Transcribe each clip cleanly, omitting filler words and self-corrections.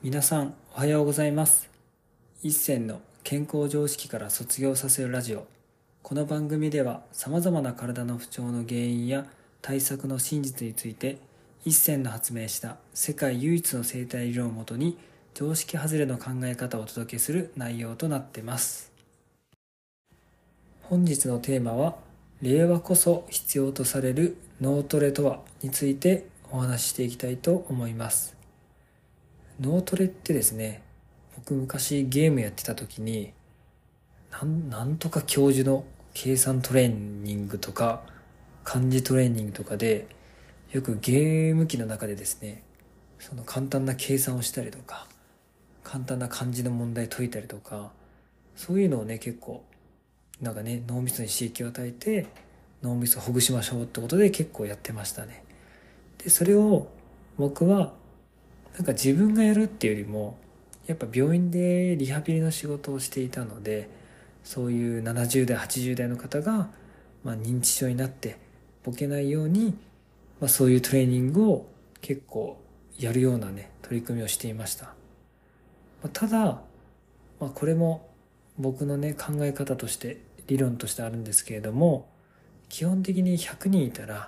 皆さんおはようございます。一銭の健康常識から卒業させるラジオ。この番組では様々な体の不調の原因や対策の真実について、一銭の発明した世界唯一の生態理論をもとに常識外れの考え方をお届けする内容となっています。本日のテーマは、令和こそ必要とされる脳トレとはについてお話ししていきたいと思います。脳トレってですね、僕昔ゲームやってた時になんとか教授の計算トレーニングとか漢字トレーニングとかでよくゲーム機の中でですね、その簡単な計算をしたりとか簡単な漢字の問題解いたりとか、そういうのをね結構脳みそに刺激を与えて脳みそをほぐしましょうってことで結構やってましたね。でそれを僕は自分がやるっていうよりもやっぱ病院でリハビリの仕事をしていたので、そういう70代80代の方が、認知症になってボケないように、そういうトレーニングを結構やるようなね取り組みをしていました。ただ、これも僕のね考え方として理論としてあるんですけれども、基本的に100人いたら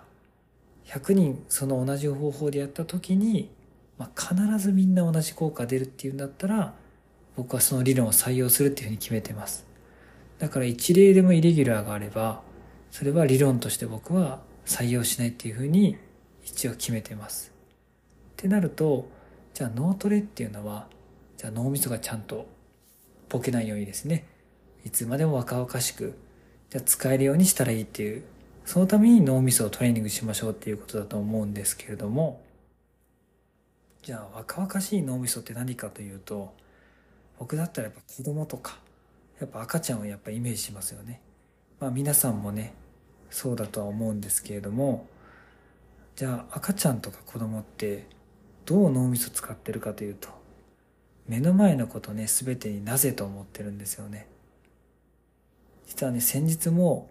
100人その同じ方法でやった時に、必ずみんな同じ効果が出るっていうんだったら、僕はその理論を採用するっていうふうに決めてます。だから一例でもイレギュラーがあれば、それは理論として僕は採用しないっていうふうに一応決めてます。ってなると、じゃあ脳トレっていうのは、じゃあ脳みそがちゃんとボケないようにですね、いつまでも若々しく、じゃあ使えるようにしたらいいっていう、そのために脳みそをトレーニングしましょうっていうことだと思うんですけれども、じゃあ若々しい脳みそって何かというと、僕だったらやっぱ子供とかやっぱ赤ちゃんをやっぱイメージしますよね。皆さんもねそうだとは思うんですけれども、じゃあ赤ちゃんとか子供ってどう脳みそ使ってるかというと、目の前のことね全てになぜと思ってるんですよね。実はね、先日も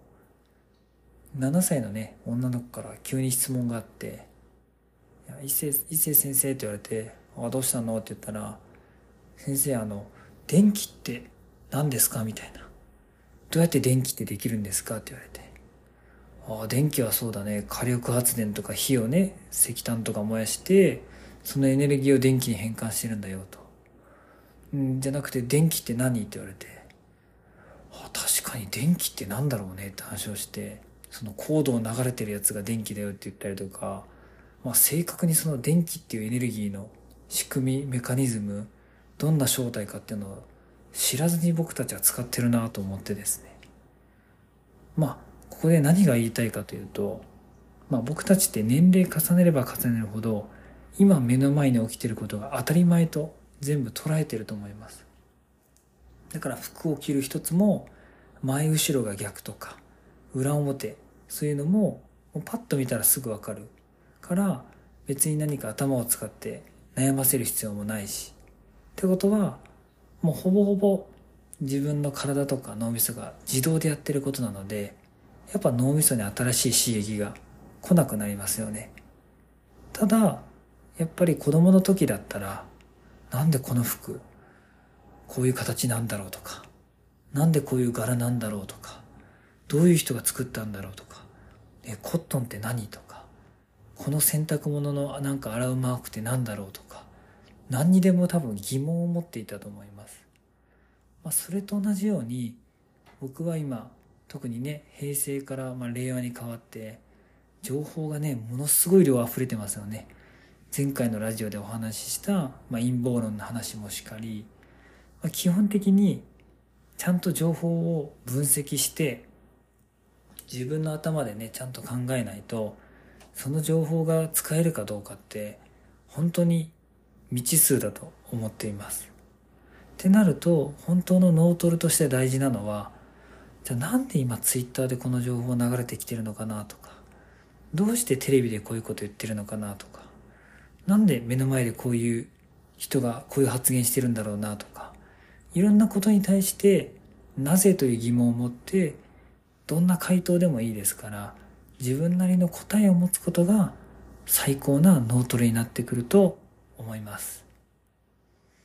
7歳のね女の子から急に質問があって、一世先生って言われて、どうしたのって言ったら、先生電気って何ですかみたいな。どうやって電気ってできるんですかって言われて、電気はそうだね、火力発電とか火をね石炭とか燃やしてそのエネルギーを電気に変換してるんだよと。じゃなくて電気って何って言われて、確かに電気ってなんだろうねって話をして、そのコードを流れてるやつが電気だよって言ったりとか、正確にその電気っていうエネルギーの仕組み、メカニズム、どんな正体かっていうのを知らずに僕たちは使ってるなと思ってですね。ここで何が言いたいかというと、僕たちって年齢重ねれば重ねるほど今目の前に起きていることが当たり前と全部捉えてると思います。だから服を着る一つも前後ろが逆とか裏表、そういうのもパッと見たらすぐわかるから、別に何か頭を使って悩ませる必要もないし、ってことはもうほぼほぼ自分の体とか脳みそが自動でやってることなので、やっぱ脳みそに新しい刺激が来なくなりますよね。ただやっぱり子供の時だったら、なんでこの服こういう形なんだろうとか、なんでこういう柄なんだろうとか、どういう人が作ったんだろうとか、コットンって何とか、この洗濯物の洗うマークって何だろうとか、何にでも多分疑問を持っていたと思います。それと同じように、僕は今特にね平成から令和に変わって情報がねものすごい量溢れてますよね。前回のラジオでお話しした、陰謀論の話もしかり、基本的にちゃんと情報を分析して自分の頭でねちゃんと考えないと、その情報が使えるかどうかって本当に未知数だと思っています。ってなると、本当の脳トレとして大事なのは、じゃあなんで今ツイッターでこの情報流れてきてるのかなとか、どうしてテレビでこういうこと言ってるのかなとか、なんで目の前でこういう人がこういう発言してるんだろうなとか、いろんなことに対してなぜという疑問を持って、どんな回答でもいいですから、自分なりの答えを持つことが最高な脳トレになってくると思います。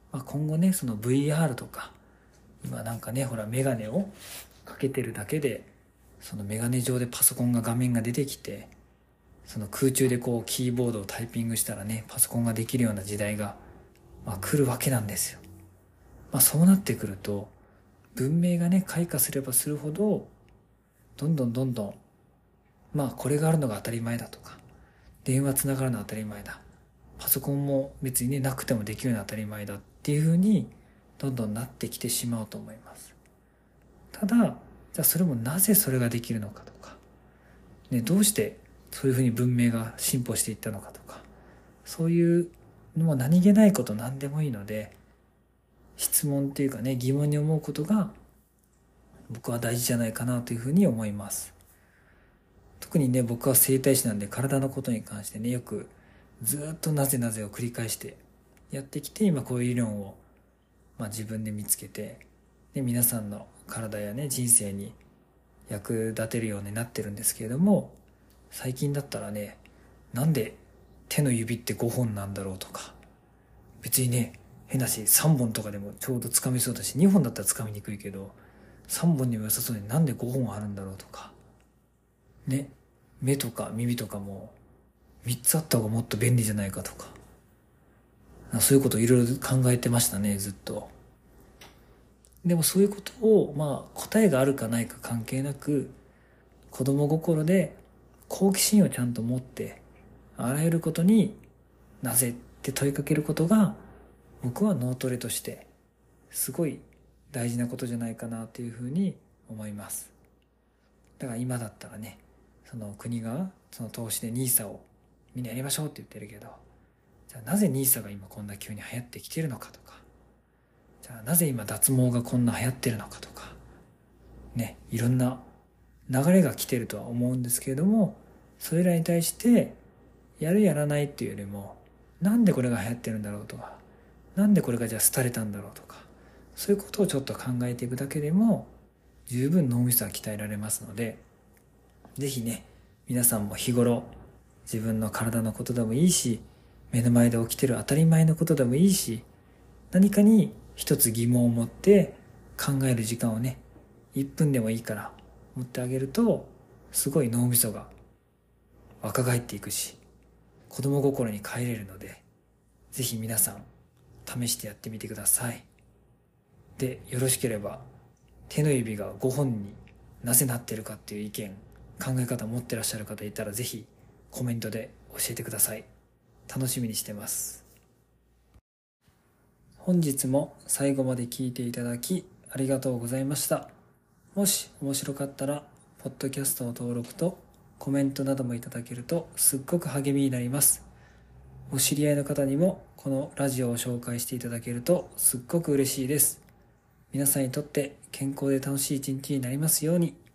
今後ね、その VR とか、今なんかね、ほらメガネをかけてるだけで、そのメガネ上でパソコンが画面が出てきて、その空中でこうキーボードをタイピングしたらね、パソコンができるような時代が、来るわけなんですよ。そうなってくると、文明がね、開花すればするほど、どんどん、これがあるのが当たり前だとか、電話つながるのは当たり前だ。パソコンも別にね、なくてもできるのは当たり前だっていう風に、どんどんなってきてしまうと思います。ただ、じゃあそれもなぜそれができるのかとか、ね、どうしてそういう風に文明が進歩していったのかとか、そういうのも何気ないこと何でもいいので、質問っていうかね、疑問に思うことが僕は大事じゃないかなというふうに思います。特にね、僕は整体師なんで体のことに関してね、よくずっとなぜなぜを繰り返してやってきて、今こういう理論を、自分で見つけて、で皆さんの体やね、人生に役立てるようになってるんですけれども、最近だったらね、なんで手の指って5本なんだろうとか、別にね、変なし3本とかでもちょうど掴みそうだし、2本だったら掴みにくいけど、3本にも良さそうになんで5本あるんだろうとかね、目とか耳とかも3つあった方がもっと便利じゃないかとか、そういうことをいろいろ考えてましたね、ずっと。でもそういうことを答えがあるかないか関係なく、子供心で好奇心をちゃんと持って、あらゆることになぜって問いかけることが、僕は脳トレとしてすごい大事なことじゃないかなというふうに思います。だから今だったらね、その国がその投資で NISA をみんなやりましょうって言ってるけど、じゃあなぜ NISA が今こんな急に流行ってきてるのかとか、じゃあなぜ今脱毛がこんな流行ってるのかとかね、いろんな流れが来てるとは思うんですけれども、それらに対してやるやらないっていうよりも、なんでこれが流行ってるんだろうとか、なんでこれがじゃあ廃れたんだろうとか、そういうことをちょっと考えていくだけでも十分脳みそは鍛えられますので、ぜひね、皆さんも日頃自分の体のことでもいいし、目の前で起きてる当たり前のことでもいいし、何かに一つ疑問を持って考える時間をね、1分でもいいから持ってあげると、すごい脳みそが若返っていくし、子供心に帰れるので、ぜひ皆さん試してやってみてください。で、よろしければ手の指が5本になぜなってるかっていう意見、考え方持ってらっしゃる方いたら、ぜひコメントで教えてください。楽しみにしてます。本日も最後まで聞いていただきありがとうございました。もし面白かったらポッドキャストの登録とコメントなどもいただけるとすっごく励みになります。お知り合いの方にもこのラジオを紹介していただけるとすっごく嬉しいです。皆さんにとって健康で楽しい一日になりますように。